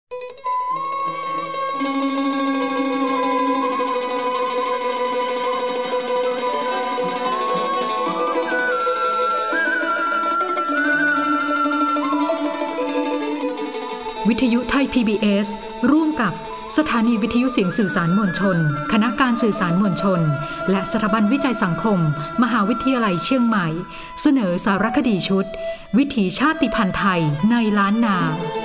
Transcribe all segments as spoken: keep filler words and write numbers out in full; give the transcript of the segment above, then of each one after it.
วิทยุไทย พี บี เอส ร่วมกับสถานีวิทยุเสียงสื่อสารมวลชนคณะการสื่อสารมวลชนและสถาบันวิจัยสังคมมหาวิทยาลัยเชียงใหม่เสนอสารคดีชุดวิถีชาติพันธุ์ไทยในล้านนา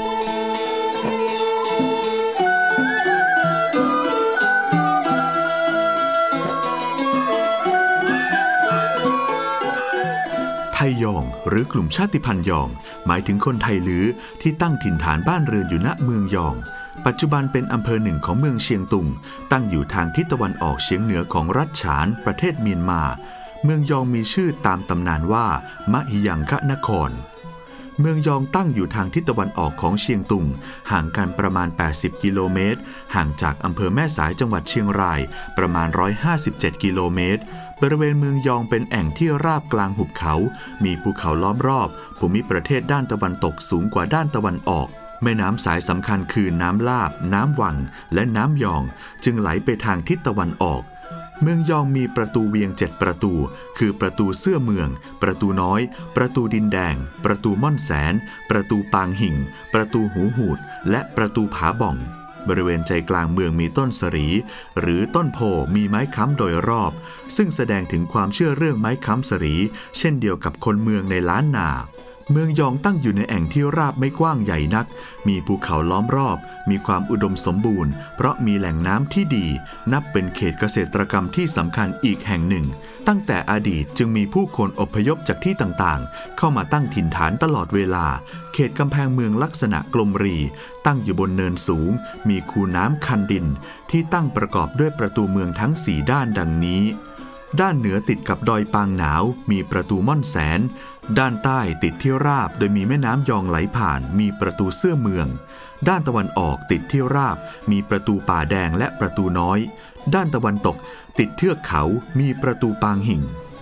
ไทยยองหรือกลุ่มชาติพันธุ์ยองหมายถึงคนไทยลื้อที่ตั้งถิ่นฐานบ้านเรือนอยู่ณเมืองยองปัจจุบันเป็นอำเภอหนึ่งของเมืองเชียงตุงตั้งอยู่ทางทิศตะวันออกเฉียงเหนือของรัฐฉานประเทศเมียนมาเมืองยองมีชื่อตามตำนานว่ามะหิยังคะนครเมืองยองตั้งอยู่ทางทิศตะวันออกของเชียงตุงห่างกันประมาณแปดสิบกิโลเมตรห่างจากอำเภอแม่สายจังหวัดเชียงรายประมาณหนึ่งร้อยห้าสิบเจ็ดกิโลเมตรบริเวณเมืองยองเป็นแอ่งที่ราบกลางหุบเขามีภูเขาล้อมรอบภูมิประเทศด้านตะวันตกสูงกว่าด้านตะวันออกแม่น้ำสายสำคัญคือน้ำลาบน้ำวังและน้ำยองจึงไหลไปทางทิศตะวันออกเมืองยองมีประตูเวียงเจ็ดประตูคือประตูเสื้อเมืองประตูน้อยประตูดินแดงประตูม่อนแสนประตูปางหิ่งประตูหูหูดและประตูผาบ่องบริเวณใจกลางเมืองมีต้นสรีหรือต้นโพมีไม้ค้ำโดยรอบซึ่งแสดงถึงความเชื่อเรื่องไม้ค้ำสรีเช่นเดียวกับคนเมืองในล้านนาเมืองยองตั้งอยู่ในแอ่งที่ราบไม่กว้างใหญ่นักมีภูเขาล้อมรอบมีความอุดมสมบูรณ์เพราะมีแหล่งน้ำที่ดีนับเป็นเขตเกษตรกรรมที่สำคัญอีกแห่งหนึ่งตั้งแต่อดีตจึงมีผู้คนอพยพจากที่ต่างๆเข้ามาตั้งถิ่นฐานตลอดเวลาเขตกำแพงเมืองลักษณะกลมรีตั้งอยู่บนเนินสูงมีคูน้ำคันดินที่ตั้งประกอบด้วยประตูเมืองทั้งสี่ด้านดังนี้ด้านเหนือติดกับดอยปางหนาวมีประตูม่อนแสนด้านใต้ติดที่ราบโดยมีแม่น้ำยองไหลผ่านมีประตูเสื้อเมืองด้านตะวันออกติดที่ราบมีประตูป่าแดงและประตูน้อยด้านตะวันตกติดเทือกเขามีประตูปางหิ่ง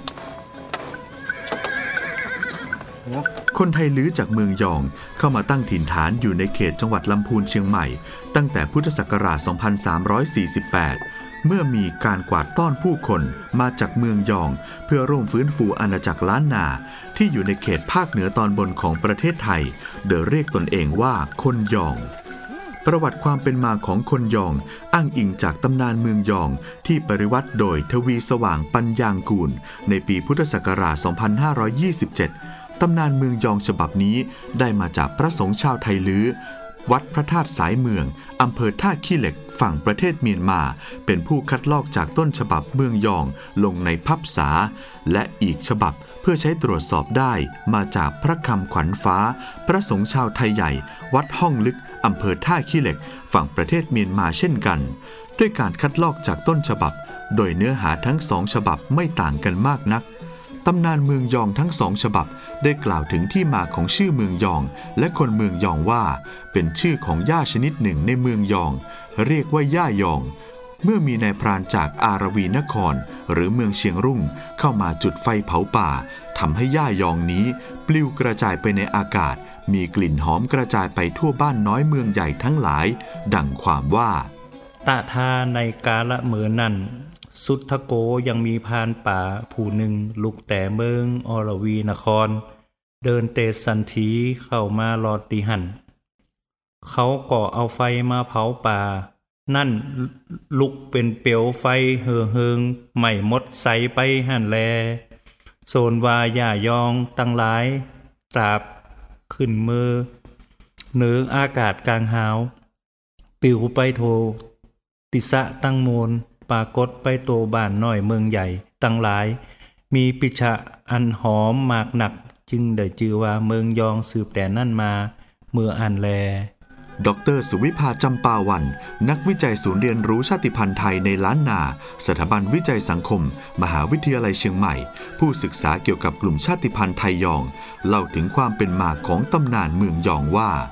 คนไทยลื้อจากเมืองยองเข้ามาตั้งถิ่นฐานอยู่ในเขตจังหวัดลำพูนเชียงใหม่ตั้งแต่พุทธศักราช สองพันสามร้อยสี่สิบแปด เมื่อมีการกวาดต้อนผู้คนมาจากเมืองยองเพื่อร่วมฟื้นฟูอาณาจักรล้านนาที่อยู่ในเขตภาคเหนือตอนบนของประเทศไทยโดยเรียกตนเองว่าคนยองประวัติความเป็นมาของคนยองอ้างอิงจากตำนานเมืองยองที่ปริวัติโดยทวีสว่างปัญญางกูลในปีพุทธศักราช สองพันห้าร้อยยี่สิบเจ็ด ตำนานเมืองยองฉบับนี้ได้มาจากพระสงฆ์ชาวไทยลื้อวัดพระธาตุสายเมืองอำเภอท่าขี้เหล็กฝั่งประเทศเมียนมาเป็นผู้คัดลอกจากต้นฉบับเมืองยองลงในพับษาและอีกฉบับเพื่อใช้ตรวจสอบได้มาจากพระคำขวัญฟ้าพระสงฆ์ชาวไทยใหญ่วัดห้องลึกอำเภอท่าขี้เหล็กฝั่งประเทศเมียนมาเช่นกันด้วยการคัดลอกจากต้นฉบับโดยเนื้อหาทั้งสองฉบับไม่ต่างกันมากนักตำนานเมืองยองทั้งสองฉบับได้กล่าวถึงที่มาของชื่อเมืองยองและคนเมืองยองว่าเป็นชื่อของหญ้าชนิดหนึ่งในเมืองยองเรียกว่าหญ้ายองเมื่อมีนายพรานจากอารวีนครหรือเมืองเชียงรุ่งเข้ามาจุดไฟเผาป่าทำให้หญ้ายองนี้ปลิวกระจายไปในอากาศมีกลิ่นหอมกระจายไปทั่วบ้านน้อยเมืองใหญ่ทั้งหลายดังความว่าตาทาในกาละเมือนั่นสุทธโกยังมีพานป่าผู้หนึ่งลุกแต่เมืองอรวีนครเดินเตสันทีเข้ามาลอดตีหันเขาก่อเอาไฟมาเผาป่านั่นลุกเป็นเปลวไฟเห่อเฮิงไหม้หมดใสไปหันแลโซนวาย่ายองตั้งหลายตราบขึ้นมือเหนืออากาศกลางหาวปิวไปโทติสะตั้งโมนปรากฏไปโตบ้านน้อยเมืองใหญ่ตั้งหลายมีปิชะอันหอมมากหนักจึงได้ชื่อว่าเมืองยองสืบแต่นั่นมาเมื่ออ่านแลดร.สุวิภาจำปาวันนักวิจัยศูนย์เรียนรู้ชาติพันธุ์ไทยในล้านนาสถาบันวิจัยสังคมมหาวิทยาลัยเชียงใหม่ผู้ศึกษาเกี่ยวกับกลุ่มชาติพันธุ์ไทยยองเล่าถึงความเป็นมาของตำนานเมืองยองว่า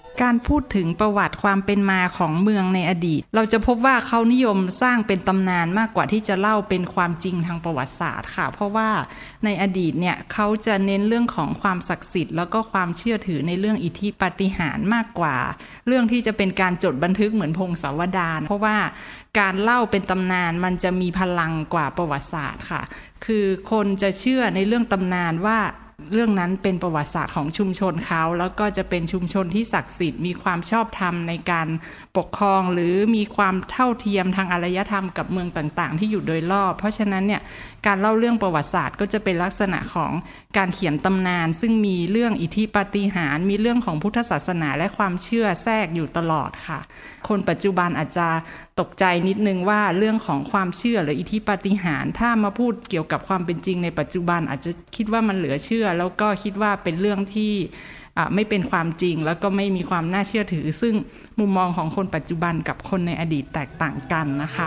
การพูดถึงประวัติความเป็นมาของเมืองในอดีตเราจะพบว่าเขานิยมสร้างเป็นตำนานมากกว่าที่จะเล่าเป็นความจริงทางประวัติศาสตร์ค่ะเพราะว่าในอดีตเนี่ยเขาจะเน้นเรื่องของความศักดิ์สิทธิ์แล้วก็ความเชื่อถือในเรื่องอิทธิปาฏิหาริย์มากกว่าเรื่องที่จะเป็นการจดบันทึกเหมือนพงศาวดารเพราะว่าการเล่าเป็นตำนานมันจะมีพลังกว่าประวัติศาสตร์ค่ะคือคนจะเชื่อในเรื่องตำนานว่าเรื่องนั้นเป็นประวัติศาสตร์ของชุมชนเขาแล้วก็จะเป็นชุมชนที่ศักดิ์สิทธิ์มีความชอบธรรมในการปกครองหรือมีความเท่าเทียมทางอารยธรรมกับเมืองต่างๆที่อยู่โดยรอบเพราะฉะนั้นเนี่ยการเล่าเรื่องประวัติศาสตร์ก็จะเป็นลักษณะของการเขียนตำนานซึ่งมีเรื่องอิทธิปาฏิหาริย์มีเรื่องของพุทธศาสนาและความเชื่อแทรกอยู่ตลอดค่ะคนปัจจุบันอาจจะตกใจนิดนึงว่าเรื่องของความเชื่อหรืออิทธิปาฏิหาริย์ถ้ามาพูดเกี่ยวกับความเป็นจริงในปัจจุบันอาจจะคิดว่ามันเหลือเชื่อแล้วก็คิดว่าเป็นเรื่องที่ไม่เป็นความจริงแล้วก็ไม่มีความน่าเชื่อถือซึ่งมุมมองของคนปัจจุบันกับคนในอดีตแตกต่างกันนะคะ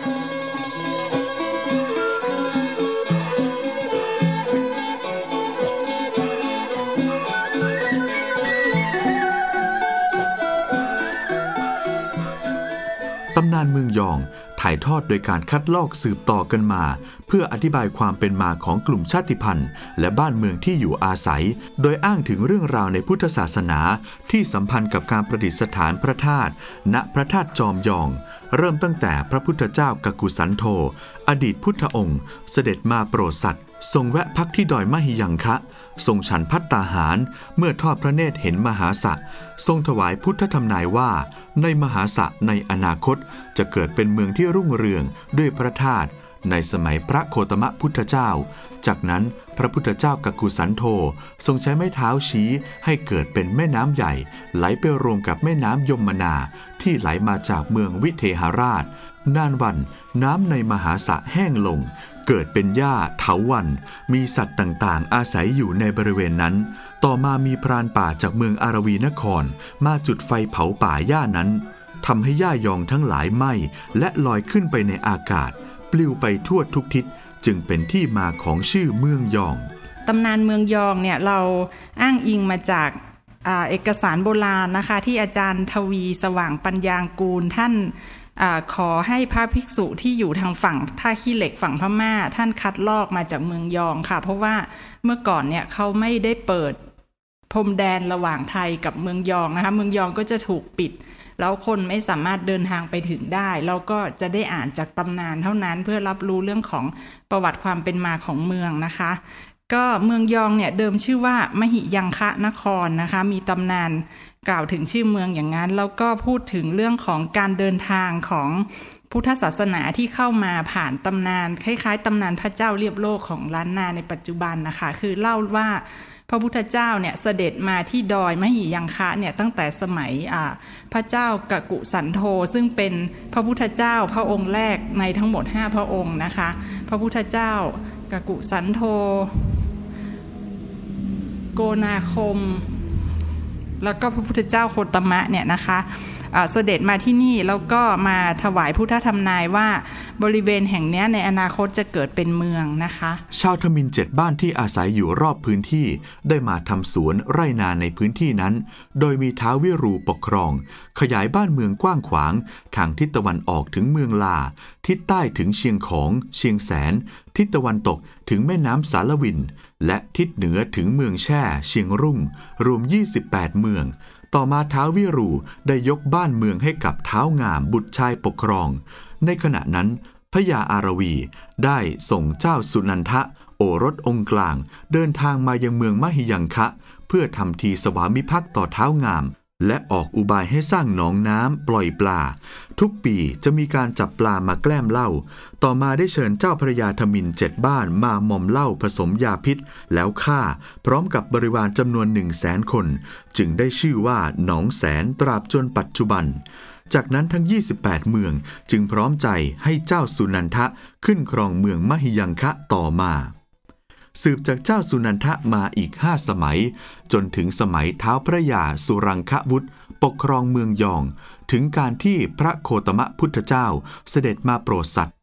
ตำนานเมืองยองถ่ายทอดโดยการคัดลอกสืบต่อกันมาเพื่ออธิบายความเป็นมาของกลุ่มชาติพันธุ์และบ้านเมืองที่อยู่อาศัยโดยอ้างถึงเรื่องราวในพุทธศาสนาที่สัมพันธ์กับการประดิษฐานพระธาตุณพระธาตุจอมยองเริ่มตั้งแต่พระพุทธเจ้ากักกุสันโธอดีตพุทธองค์เสด็จมาโปรดสัตว์ทรงแวะพักที่ดอยมหิยังคะทรงฉันภัตตาหารเมื่อทอดพระเนตรเห็นมหาสะทรงถวายพุทธทำนายว่าในมหาสะในอนาคตจะเกิดเป็นเมืองที่รุ่งเรืองด้วยพระธาตุในสมัยพระโคตมะพุทธเจ้าจากนั้นพระพุทธเจ้ากักกุสันโธทรงใช้ไม้เท้าชี้ให้เกิดเป็นแม่น้ำใหญ่ไหลไปรวมกับแม่น้ำยมนาที่ไหลมาจากเมืองวิเทหราชนานวันน้ำในมหาสะแห้งลงเกิดเป็นหญ้าเถาวัลย์มีสัตว์ต่างๆอาศัยอยู่ในบริเวณนั้นต่อมามีพรานป่าจากเมืองอารวีนครมาจุดไฟเผาป่าหญ้านั้นทำให้หญ้ายองทั้งหลายไหม้และลอยขึ้นไปในอากาศปลิวไปทั่วทุกทิศจึงเป็นที่มาของชื่อเมืองยองตำนานเมืองยองเนี่ยเราอ้างอิงมาจากอาเอกสารโบราณนะคะที่อาจารย์ทวีสว่างปัญญางกูลท่านขอให้พระภิกษุที่อยู่ทางฝั่งท่าขี้เหล็กฝั่งพม่าท่านคัดลอกมาจากเมืองยองค่ะเพราะว่าเมื่อก่อนเนี่ยเขาไม่ได้เปิดพรมแดนระหว่างไทยกับเมืองยองนะคะเมืองยองก็จะถูกปิดแล้วคนไม่สามารถเดินทางไปถึงได้เราก็จะได้อ่านจากตำนานเท่านั้นเพื่อรับรู้เรื่องของประวัติความเป็นมาของเมืองนะคะก็เมืองยองเนี่ยเดิมชื่อว่ามหิยังคะนครนะคะมีตำนานกล่าวถึงชื่อเมืองอย่างนั้นแล้วก็พูดถึงเรื่องของการเดินทางของพุทธศาสนาที่เข้ามาผ่านตำนานคล้ายๆตำนานพระเจ้าเรียบโลกของล้านนาในปัจจุบันนะคะคือเล่าว่าพระพุทธเจ้าเนี่ยเสด็จมาที่ดอยมหิยังคะเนี่ยตั้งแต่สมัยอ่าพระเจ้ากักกุสันโธซึ่งเป็นพระพุทธเจ้าพระองค์แรกในทั้งหมดห้าพระองค์นะคะพระพุทธเจ้ากักกุสันโธโกนาคมแล้วก็พระพุทธเจ้าโคตมะเนี่ยนะคะเสด็จมาที่นี่แล้วก็มาถวายพุทธทำนายว่าบริเวณแห่งนี้ในอนาคตจะเกิดเป็นเมืองนะคะชาวทมิฬเจ็ดบ้านที่อาศัยอยู่รอบพื้นที่ได้มาทำสวนไร่นาในพื้นที่นั้นโดยมีท้าววิรูปกครองขยายบ้านเมืองกว้างขวางทางทิศตะวันออกถึงเมืองลาทิศใต้ถึงเชียงของเชียงแสนทิศตะวันตกถึงแม่น้ำสารวินและทิศเหนือถึงเมืองแช่เชียงรุ่งรวมยี่สิบแปดเมืองต่อมาท้าววิรูได้ยกบ้านเมืองให้กับท้าวงามบุตรชายปกครองในขณะนั้นพญาอารวีได้ส่งเจ้าสุนันทะโอรสองค์กลางเดินทางมายังเมืองมหิยังคะเพื่อทำทีสวามิภักดิ์ต่อท้าวงามและออกอุบายให้สร้างหนองน้ำปล่อยปลาทุกปีจะมีการจับปลามาแกล้มเหล้าต่อมาได้เชิญเจ้าพระยาทมิฬเจ็ดบ้านมาหม่อมเหล้าผสมยาพิษแล้วฆ่าพร้อมกับบริวารจำนวนหนึ่งแสนคนจึงได้ชื่อว่าหนองแสนตราบจนปัจจุบันจากนั้นทั้งยี่สิบแปดเมืองจึงพร้อมใจให้เจ้าสุนันทะขึ้นครองเมืองมหิยังคะต่อมาสืบจากเจ้าสุนันทะมาอีกห้าสมัยจนถึงสมัยท้าวพระยาสุรังควุฒิปกครองเมืองยองถึงการที่พระโคตมะพุทธเจ้าเสด็จมาโปรดสัตว์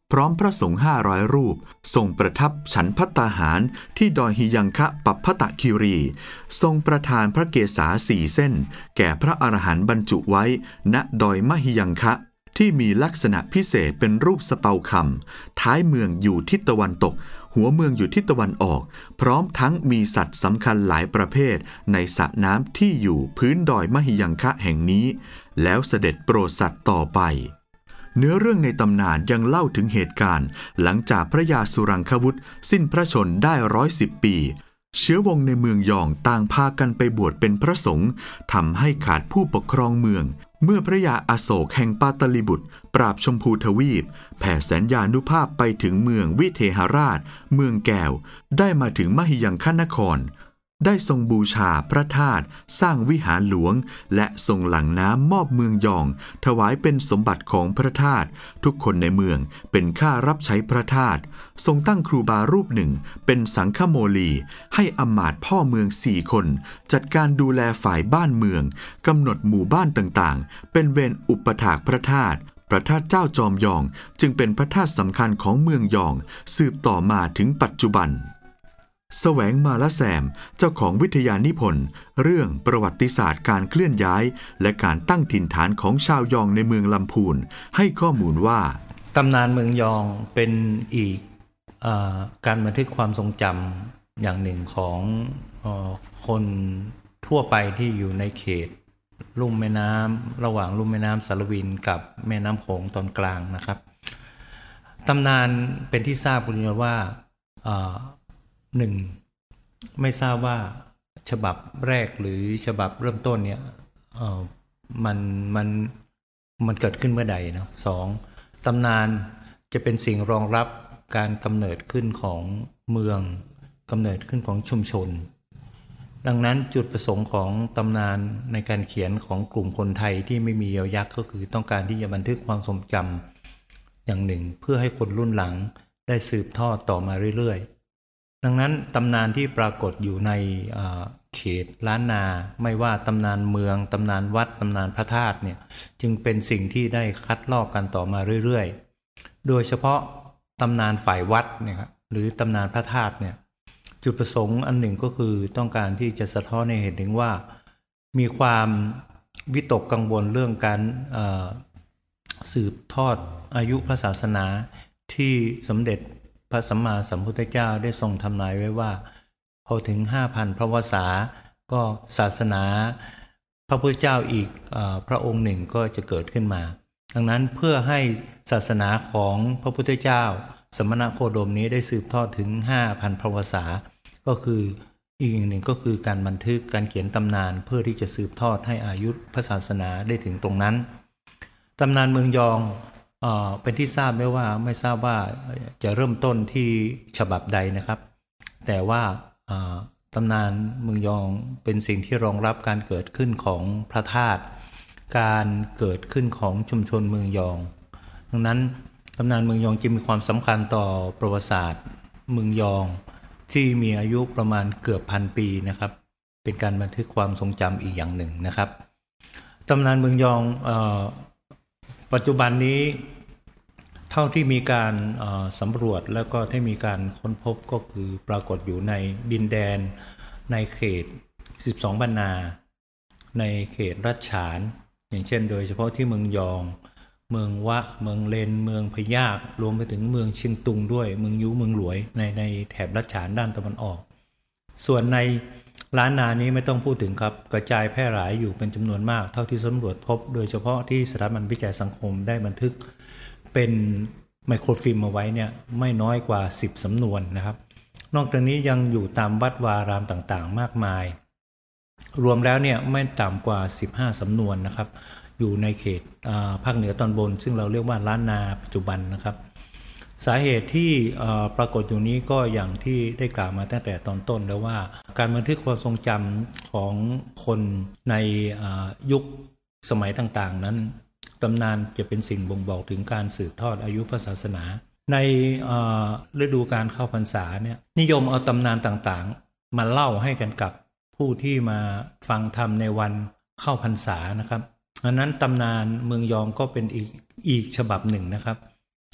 พร้อมพระสงฆ์ห้าร้อยรูปทรงประทับฉันภัตตาหารที่ดอยหิยังคะปัปพตคีรีทรงประทานพระเกศาสี่เส้นแก่พระอรหันต์บรรจุไว้ณดอยมหิยังคะที่มีลักษณะพิเศษเป็นรูปสะเปาคำท้ายเมืองอยู่ทิศตะวันตกหัวเมืองอยู่ทิศตะวันออกพร้อมทั้งมีสัตว์สำคัญหลายประเภทในสระน้ำที่อยู่พื้นดอยมหิยังคะแห่งนี้แล้วเสด็จโปรดสัตว์ต่อไปเนื้อเรื่องในตำนานยังเล่าถึงเหตุการณ์หลังจากพระยาสุรังควุธสิ้นพระชนได้ร้อยสิบปีเชื้อวงในเมืองยองต่างพากันไปบวชเป็นพระสงฆ์ทำให้ขาดผู้ปกครองเมืองเมื่อพระยาอโศกแห่งปาตลิบุตรปราบชมพูทวีปแผ่แสนยานุภาพไปถึงเมืองวิเทหราชเมืองแก้วได้มาถึงมหิยังคะนครได้ทรงบูชาพระธาตุสร้างวิหารหลวงและทรงหลั่งน้ำมอบเมืองยองถวายเป็นสมบัติของพระธาตุทุกคนในเมืองเป็นข้ารับใช้พระธาตุทรงตั้งครูบารูปหนึ่งเป็นสังฆโมลีให้อำมาตย์พ่อเมืองสี่คนจัดการดูแลฝ่ายบ้านเมืองกำหนดหมู่บ้านต่างๆเป็นเวรอุปถากพระธาตุพระธาตุเจ้าจอมยองจึงเป็นพระธาตุสำคัญของเมืองยองสืบต่อมาถึงปัจจุบันแสวงมาละแสมเจ้าของวิทยานิพนธ์เรื่องประวัติศาสตร์การเคลื่อนย้ายและการตั้งถิ่นฐานของชาวยองในเมืองลำพูนให้ข้อมูลว่าตำนานเมืองยองเป็นอีกเอ่อการบันทึกความทรงจำอย่างหนึ่งของเอ่อคนทั่วไปที่อยู่ในเขตลุ่มแม่น้ำระหว่างลุ่มแม่น้ำสารวินกับแม่น้ำโขงตอนกลางนะครับตำนานเป็นที่ทราบกันอยู่ว่าเอ่อหนึ่งไม่ทราบว่าฉบับแรกหรือฉบับเริ่มต้นเนี่ยเอ่อมันมันมันเกิดขึ้นเมื่อใดเนาะสองตำนานจะเป็นสิ่งรองรับการกำเนิดขึ้นของเมืองกำเนิดขึ้นของชุมชนดังนั้นจุดประสงค์ของตำนานในการเขียนของกลุ่มคนไทยที่ไม่มีเยาวยักษ์ก็คือต้องการที่จะบันทึกความทรงจำอย่างหนึ่งเพื่อให้คนรุ่นหลังได้สืบทอดต่อมาเรื่อยๆดังนั้นตำนานที่ปรากฏอยู่ในเขตล้านนาไม่ว่าตำนานเมืองตำนานวัดตำนานพระธาตุเนี่ยจึงเป็นสิ่งที่ได้คัดลอกกันต่อมาเรื่อยๆโดยเฉพาะตำนานฝ่ายวัดเนี่ยครับหรือตำนานพระธาตุเนี่ยจุดประสงค์อันหนึ่งก็คือต้องการที่จะสะท้อนให้เห็นถึงว่ามีความวิตกกังวลเรื่องการสืบทอดอายุพระศาสนาที่สมเด็จพระสัมมาสัมพุทธเจ้าได้ทรงทำนายไว้ว่าพอถึง ห้าพัน พระวสาก็ศาสนาพระพุทธเจ้าอีกพระองค์หนึ่งก็จะเกิดขึ้นมาดังนั้นเพื่อให้ศาสนาของพระพุทธเจ้าสมณโคดมนี้ได้สืบทอดถึง ห้าพัน พระวสาก็คืออีกอย่างหนึ่งก็คือการบันทึกการเขียนตำนานเพื่อที่จะสืบทอดให้อายุพระศาสนาได้ถึงตรงนั้นตำนานเมืองยองเอ่อเป็นที่ทราบได้ว่าไม่ทราบว่าจะเริ่มต้นที่ฉบับใดนะครับแต่ว่าตำนานเมืองยองเป็นสิ่งที่รองรับการเกิดขึ้นของพระธาตุการเกิดขึ้นของชุมชนเมืองยองดังนั้นตำนานเมืองยองจึงมีความสำคัญต่อประวัติศาสตร์เมืองยองที่มีอายุประมาณเกือบพันปีนะครับเป็นการบันทึกความทรงจำอีกอย่างหนึ่งนะครับตำนานเมืองยองเอ่อปัจจุบันนี้เท่าที่มีการสำรวจแล้วก็ที่มีการค้นพบก็คือปรากฏอยู่ในดินแดนในเขตสิบสองบรรนาในเขตรัชฉานอย่างเช่นโดยเฉพาะที่เมืองยองเมืองวะเมืองเลนเมืองพะยากรวมไปถึงเมืองเชียงตุงด้วยเมืองยูเมืองหลวยในในแถบรัชฉานด้านตะวันออกส่วนในล้านนานี้ไม่ต้องพูดถึงครับกระจายแพร่หลายอยู่เป็นจำนวนมากเท่าที่สำรวจพบโดยเฉพาะที่สถาบันวิจัยสังคมได้บันทึกเป็นไมโครฟิล์มเอาไว้เนี่ยไม่น้อยกว่าสิบสำนวนนะครับนอกจากนี้ยังอยู่ตามวัดวารามต่างๆมากมายรวมแล้วเนี่ยไม่ต่ำกว่าสิบห้าสำนวนนะครับอยู่ในเขตภาคเหนือตอนบนซึ่งเราเรียกว่าล้านนาปัจจุบันนะครับสาเหตุที่ปรากฏอยู่นี้ก็อย่างที่ได้กล่าวมาตั้งแต่ตอนต้นแล้วว่าการบันทึกความทรงจำของคนในยุคสมัยต่างๆนั้นตำนานจะเป็นสิ่งบ่งบอกถึงการสืบทอดอายุพระศาสนาในฤดูการเข้าพรรษาเนี่ยนิยมเอาตำนานต่างๆมาเล่าให้กันกับผู้ที่มาฟังธรรมในวันเข้าพรรษานะครับดังนั้นตำนานเมืองยองก็เป็นอีกอีกฉบับหนึ่งนะครับ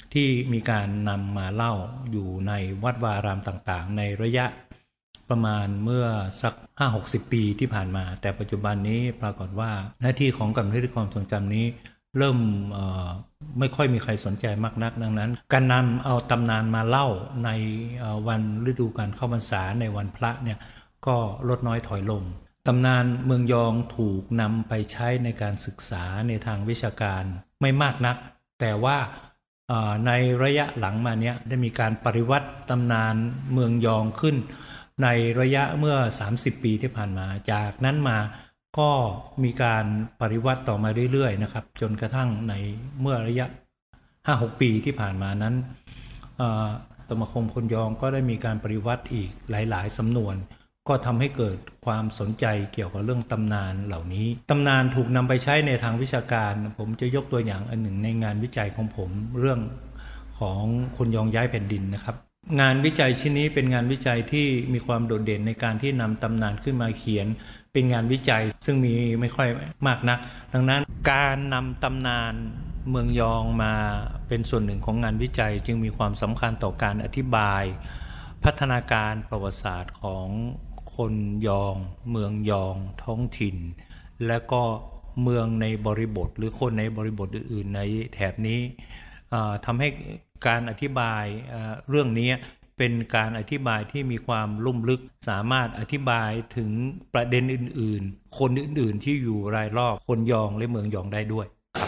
ที่มีการนำมาเล่าอยู่ในวัดวารามต่างๆในระยะประมาณเมื่อสัก ห้าหกสิบ ปีที่ผ่านมาแต่ปัจจุบันนี้ปรากฏว่าหน้าที่ของกรรมธิการความทรงจำนี้เริ่มไม่ค่อยมีใครสนใจมากนักดังนั้นการนำเอาตำนานมาเล่าในวันฤดูกาลเข้าพรรษาในวันพระเนี่ยก็ลดน้อยถอยลงตำนานเมืองยองถูกนำไปใช้ในการศึกษาในทางวิชาการไม่มากนักแต่ว่าในระยะหลังมาเนี้ยได้มีการปริวัติตำนานเมืองยองขึ้นในระยะเมื่อสามสิบปีที่ผ่านมาจากนั้นมาก็มีการปริวัติต่อมาเรื่อยๆนะครับจนกระทั่งในเมื่อระยะ ห้าหก ปีที่ผ่านมานั้นสมาคมคนยองก็ได้มีการปริวัติอีกหลายๆสำนวนก็ทำให้เกิดความสนใจเกี่ยวกับเรื่องตำนานเหล่านี้ตำนานถูกนำไปใช้ในทางวิชาการผมจะยกตัวอย่างอันหนึ่งในงานวิจัยของผมเรื่องของคนยองย้ายแผ่นดินนะครับงานวิจัยชิ้นนี้เป็นงานวิจัยที่มีความโดดเด่นในการที่นำตำนานขึ้นมาเขียนเป็นงานวิจัยซึ่งมีไม่ค่อยมากนักดังนั้นการนำตำนานเมืองยองมาเป็นส่วนหนึ่งของงานวิจัยจึงมีความสำคัญต่อการอธิบายพัฒนาการประวัติศาสตร์ของคนยองเมืองยองท้องถิ่นและก็เมืองในบริบทหรือคนในบริบทอื่นๆในแถบนี้ทำให้การอธิบายเรื่องนี้เป็นการอธิบายที่มีความลุ่มลึกสามารถอธิบายถึงประเด็นอื่นๆคนอื่นๆที่อยู่รายรอบคนยองและเมืองยองได้ด้วย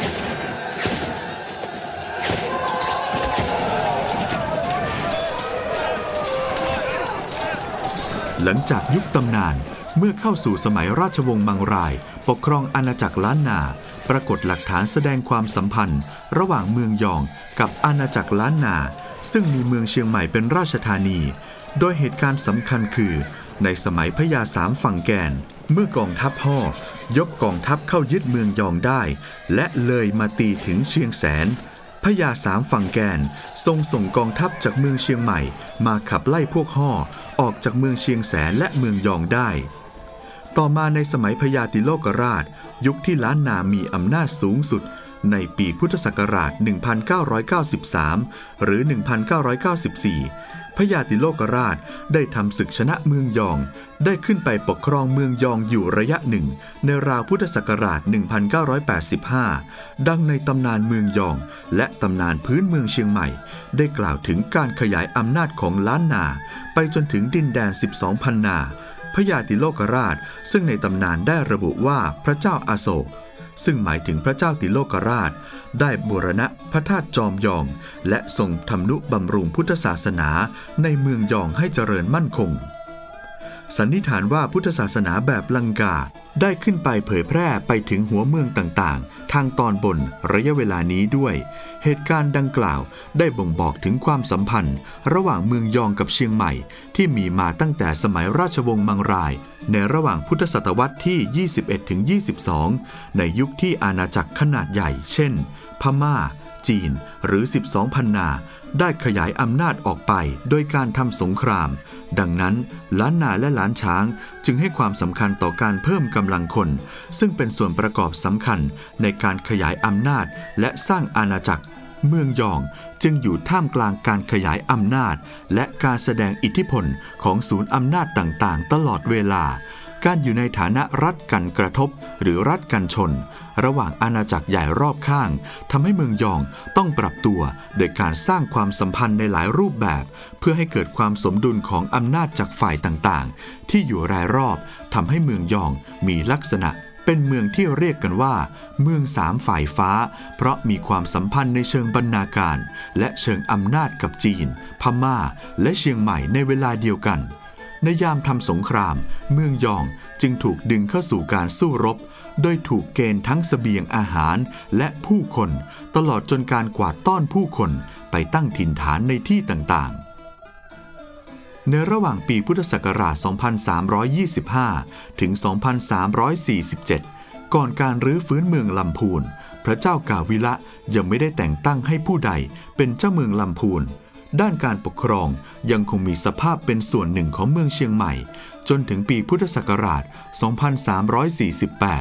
หลังจากยุคตำนานเมื่อเข้าสู่สมัยราชวงศ์มังรายปกครองอาณาจักรล้านนาปรากฏหลักฐานแสดงความสัมพันธ์ระหว่างเมืองยองกับอาณาจักรล้านนาซึ่งมีเมืองเชียงใหม่เป็นราชธานีโดยเหตุการณ์สำคัญคือในสมัยพญาสามฝั่งแกนเมื่อกองทัพฮ่อยกกองทัพเข้ายึดเมืองยองได้และเลยมาตีถึงเชียงแสนพญาสามฝั่งแกนทรงส่งกองทัพจากเมืองเชียงใหม่มาขับไล่พวกฮ่อออกจากเมืองเชียงแสนและเมืองยองได้ต่อมาในสมัยพญาติโลกราชยุคที่ล้านนามีอำนาจสูงสุดในปีพุทธศักราชหนึ่งพันเก้าร้อยเก้าสิบสามหรือหนึ่งพันเก้าร้อยเก้าสิบสี่พญาติโลกราชได้ทำศึกชนะเมืองยองได้ขึ้นไปปกครองเมืองยองอยู่ระยะหนึ่งในราวพุทธศักราชหนึ่งพันเก้าร้อยแปดสิบห้าดังในตำนานเมืองยองและตำนานพื้นเมืองเชียงใหม่ได้กล่าวถึงการขยายอำนาจของล้านนาไปจนถึงดินแดนสิบสองพันนาพญาติโลกราชซึ่งในตำนานได้ระบุว่าพระเจ้าอโศกซึ่งหมายถึงพระเจ้าติโลกราชได้บูรณะพระธาตุจอมยองและทรงทำนุบำรุงพุทธศาสนาในเมืองยองให้เจริญมั่นคงสันนิษฐานว่าพุทธศาสนาแบบลังกาได้ขึ้นไปเผยแพร่ไปถึงหัวเมืองต่างๆทางตอนบนระยะเวลานี้ด้วยเหตุการณ์ดังกล่าวได้บ่งบอกถึงความสัมพันธ์ระหว่างเมืองยองกับเชียงใหม่ที่มีมาตั้งแต่สมัยราชวงศ์มังรายในระหว่างพุทธศตวรรษที่ ยี่สิบเอ็ดถึงยี่สิบสอง ในยุคที่อาณาจักรขนาดใหญ่เช่นพม่าจีนหรือสิบสองพันนาได้ขยายอำนาจออกไปโดยการทำสงครามดังนั้นล้านนาและล้านช้างจึงให้ความสำคัญต่อการเพิ่มกำลังคนซึ่งเป็นส่วนประกอบสำคัญในการขยายอำนาจและสร้างอาณาจักรเมืองยองจึงอยู่ท่ามกลางการขยายอำนาจและการแสดงอิทธิพลของศูนย์อำนาจต่างๆตลอดเวลาการอยู่ในฐานะรัฐกันกระทบหรือรัฐกันชนระหว่างอาณาจักรใหญ่รอบข้างทำให้เมืองยองต้องปรับตัวโดยการสร้างความสัมพันธ์ในหลายรูปแบบเพื่อให้เกิดความสมดุลของอำนาจจากฝ่ายต่างๆที่อยู่รายรอบทำให้เมืองยองมีลักษณะเป็นเมืองที่เรียกกันว่าเมืองสามฝ่ายฟ้าเพราะมีความสัมพันธ์ในเชิงบรรณาการและเชิงอำนาจกับจีนพม่าและเชียงใหม่ในเวลาเดียวกันในยามทำสงครามเมืองยองจึงถูกดึงเข้าสู่การสู้รบโดยถูกเกณฑ์ทั้งเสบียงอาหารและผู้คนตลอดจนการกวาดต้อนผู้คนไปตั้งถิ่นฐานในที่ต่างๆในระหว่างปีพุทธศักราช สองพันสามร้อยยี่สิบห้า ถึง สองพันสามร้อยสี่สิบเจ็ด ก่อนการรื้อฟื้นเมืองลำพูนพระเจ้ากาวิละยังไม่ได้แต่งตั้งให้ผู้ใดเป็นเจ้าเมืองลำพูนด้านการปกครองยังคงมีสภาพเป็นส่วนหนึ่งของเมืองเชียงใหม่จนถึงปีพุทธศักราช สองพันสามร้อยสี่สิบแปด พ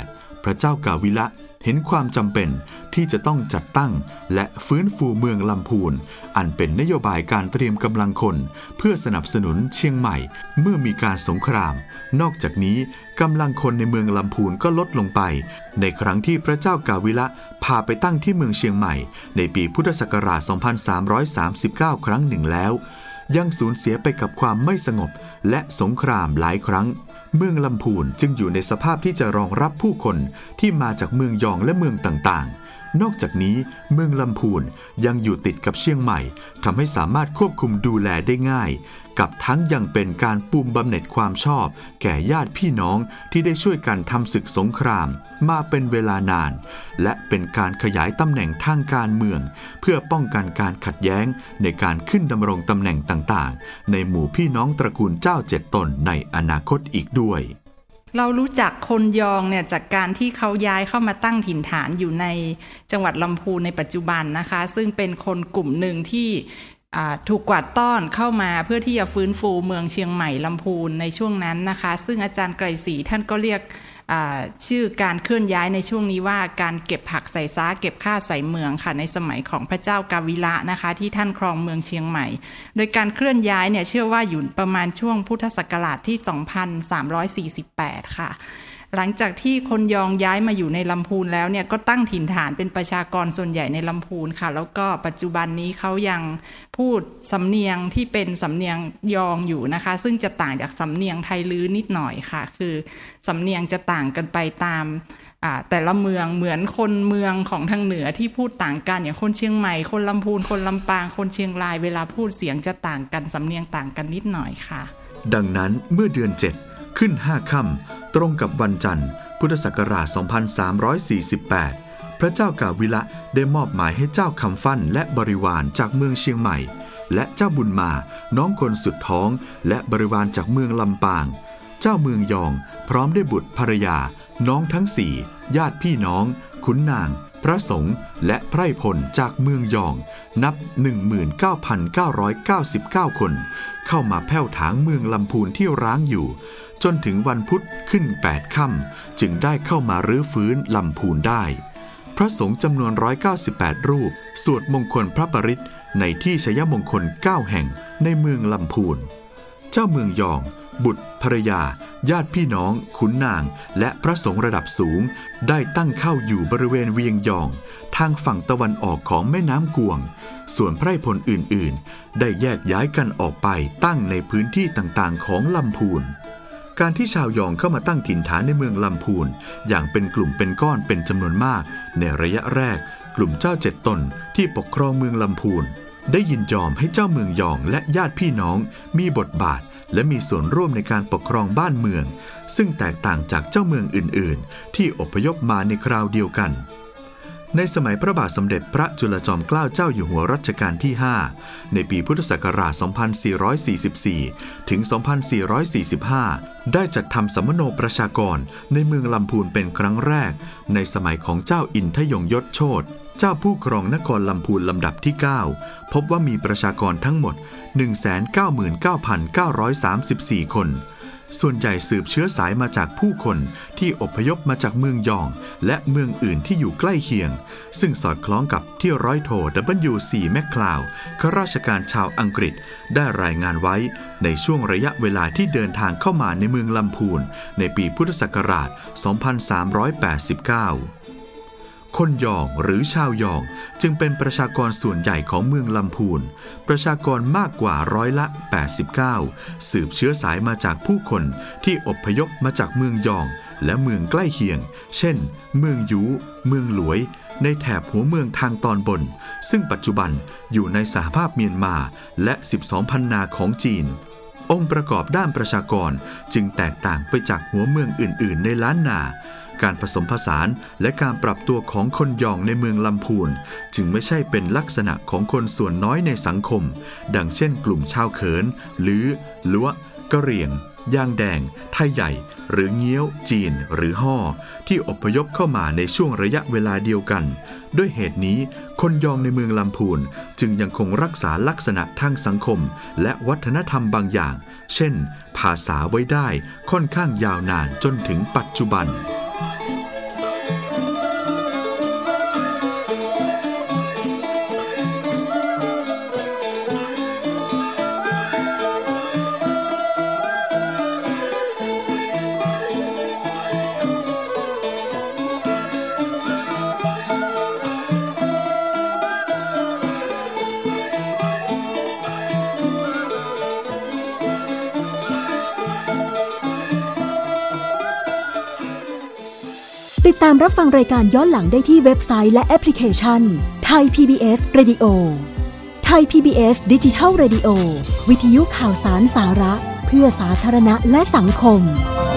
พระเจ้ากาวิละเห็นความจำเป็นที่จะต้องจัดตั้งและฟื้นฟูเมืองลำพูนอันเป็นนโยบายการเตรียมกำลังคนเพื่อสนับสนุนเชียงใหม่เมื่อมีการสงครามนอกจากนี้กำลังคนในเมืองลำพูนก็ลดลงไปในครั้งที่พระเจ้ากาวิละพาไปตั้งที่เมืองเชียงใหม่ในปีพุทธศักราช สองพันสามร้อยสามสิบเก้า ครั้งหนึ่งแล้วยังสูญเสียไปกับความไม่สงบและสงครามหลายครั้งเมืองลำพูนจึงอยู่ในสภาพที่จะรองรับผู้คนที่มาจากเมืองยองและเมืองต่างๆนอกจากนี้เมืองลำพูนยังอยู่ติดกับเชียงใหม่ทำให้สามารถควบคุมดูแลได้ง่ายกับทั้งยังเป็นการปูมบำเหน็จความชอบแก่ญาติพี่น้องที่ได้ช่วยกันทำศึกสงครามมาเป็นเวลานานและเป็นการขยายตำแหน่งทางการเมืองเพื่อป้องกันการขัดแย้งในการขึ้นดำรงตำแหน่งต่างๆในหมู่พี่น้องตระกูลเจ้าเจ็ดตนในอนาคตอีกด้วยเรารู้จักคนยองเนี่ยจากการที่เขาย้ายเข้ามาตั้งถิ่นฐานอยู่ในจังหวัดลำพูนในปัจจุบันนะคะซึ่งเป็นคนกลุ่มหนึ่งที่ถูกกวาดต้อนเข้ามาเพื่อที่จะฟื้นฟูเมืองเชียงใหม่ลำพูนในช่วงนั้นนะคะซึ่งอาจารย์ไกรศรีท่านก็เรียกชื่อการเคลื่อนย้ายในช่วงนี้ว่าการเก็บผักใส่ซ้าเก็บข้าใส่เมืองค่ะในสมัยของพระเจ้ากาวิละนะคะที่ท่านครองเมืองเชียงใหม่โดยการเคลื่อนย้ายเนี่ยเชื่อว่าอยู่ประมาณช่วงพุทธศักราชที่ สองพันสามร้อยสี่สิบแปด ค่ะหลังจากที่คนยองย้ายมาอยู่ในลำพูนแล้วเนี่ยก็ตั้งถิ่นฐานเป็นประชากรส่วนใหญ่ในลำพูนค่ะแล้วก็ปัจจุบันนี้เขายังพูดสำเนียงที่เป็นสำเนียงยองอยู่นะคะซึ่งจะต่างจากสำเนียงไทยลื้อนิดหน่อยค่ะคือสำเนียงจะต่างกันไปตามแต่ละเมืองเหมือนคนเมืองของทางเหนือที่พูดต่างกันอย่างคนเชียงใหม่คนลำพูนคนลำปางคนเชียงรายเวลาพูดเสียงจะต่างกันสำเนียงต่างกันนิดหน่อยค่ะดังนั้นเมื่อเดือนเจ็ดขึ้นห้าค่ำตรงกับวันจันทร์พุทธศักราช สองพันสามร้อยสี่สิบแปด พระเจ้ากาวิละได้มอบหมายให้เจ้าคำฟั่นและบริวารจากเมืองเชียงใหม่และเจ้าบุญมาน้องคนสุดท้องและบริวารจากเมืองลำปางเจ้าเมืองยองพร้อมด้วยบุตรภรรยาน้องทั้งสี่ญาติพี่น้องขุนนางพระสงฆ์และไพร่พลจากเมืองยองนับ หนึ่งหมื่นเก้าพันเก้าร้อยเก้าสิบเก้า คนเข้ามาแผ่วถางเมืองลำพูนที่ร้างอยู่จนถึงวันพุธขึ้นแปดค่ำจึงได้เข้ามารื้อฟื้นลำพูนได้พระสงฆ์จำนวนหนึ่งร้อยเก้าสิบแปดรูปสวดมงคลพระปริตรในที่ชัยมงคลเก้าแห่งในเมืองลำพูนเจ้าเมืองยองบุตรภรรยาญาติพี่น้องขุนนางและพระสงฆ์ระดับสูงได้ตั้งเข้าอยู่บริเวณเวียงยองทางฝั่งตะวันออกของแม่น้ำกวงส่วนไพร่พลอื่นๆได้แยกย้ายกันออกไปตั้งในพื้นที่ต่างๆของลำพูนการที่ชาวยองเข้ามาตั้งถิ่นฐานในเมืองลำพูนอย่างเป็นกลุ่มเป็นก้อนเป็นจำนวนมากในระยะแรกกลุ่มเจ้าเจ็ดตนที่ปกครองเมืองลำพูนได้ยินยอมให้เจ้าเมืองยองและญาติพี่น้องมีบทบาทและมีส่วนร่วมในการปกครองบ้านเมืองซึ่งแตกต่างจากเจ้าเมืองอื่นๆที่อพยพมาในคราวเดียวกันในสมัยพระบาทสมเด็จพระจุลจอมเกล้าเจ้าอยู่หัวรัชกาลที่ห้าในปีพุทธศักราช สองพันสี่ร้อยสี่สิบสี่ ถึง สองพันสี่ร้อยสี่สิบห้า ได้จัดทำสัมมโนประชากรในเมืองลำพูนเป็นครั้งแรกในสมัยของเจ้าอินทยงยศโชติเจ้าผู้ครองนครลำพูนลำดับที่เก้าพบว่ามีประชากรทั้งหมด หนึ่งแสนเก้าหมื่นเก้าพันเก้าร้อยสามสิบสี่ คนส่วนใหญ่สืบเชื้อสายมาจากผู้คนที่อพยพมาจากเมืองยองและเมืองอื่นที่อยู่ใกล้เคียงซึ่งสอดคล้องกับที่ร้อยโท ดับเบิลยู ซี แมคคลาวด์ข้าราชการชาวอังกฤษได้รายงานไว้ในช่วงระยะเวลาที่เดินทางเข้ามาในเมืองลำพูนในปีพุทธศักราช สองพันสามร้อยแปดสิบเก้า คนยองหรือชาวยองจึงเป็นประชากรส่วนใหญ่ของเมืองลำพูนประชากรมากกว่าร้อยละแปดสิบเก้าสืบเชื้อสายมาจากผู้คนที่อพยพมาจากเมืองยองและเมืองใกล้เคียงเช่นเมืองยูเมืองหลวยในแถบหัวเมืองทางตอนบนซึ่งปัจจุบันอยู่ในสหภาพเมียนมาและสิบสองพันนาของจีนองค์ประกอบด้านประชากรจึงแตกต่างไปจากหัวเมืองอื่นๆในล้านนาการผสมผสานและการปรับตัวของคนยองในเมืองลำพูนจึงไม่ใช่เป็นลักษณะของคนส่วนน้อยในสังคมดังเช่นกลุ่มชาวเขินหรือลัวกะเหรี่ยงย่างแดงไทยใหญ่หรือเงี้ยวจีนหรือฮ่อที่อพยพเข้ามาในช่วงระยะเวลาเดียวกันด้วยเหตุนี้คนยองในเมืองลำพูนจึงยังคงรักษาลักษณะทางสังคมและวัฒนธรรมบางอย่างเช่นภาษาไว้ได้ค่อนข้างยาวนานจนถึงปัจจุบันดตามรับฟังรายการย้อนหลังได้ที่เว็บไซต์และแอปพลิเคชัน Thai พี บี เอส Radio Thai พี บี เอส Digital Radio วิทยุข่าวสารสาระเพื่อสาธารณะและสังคม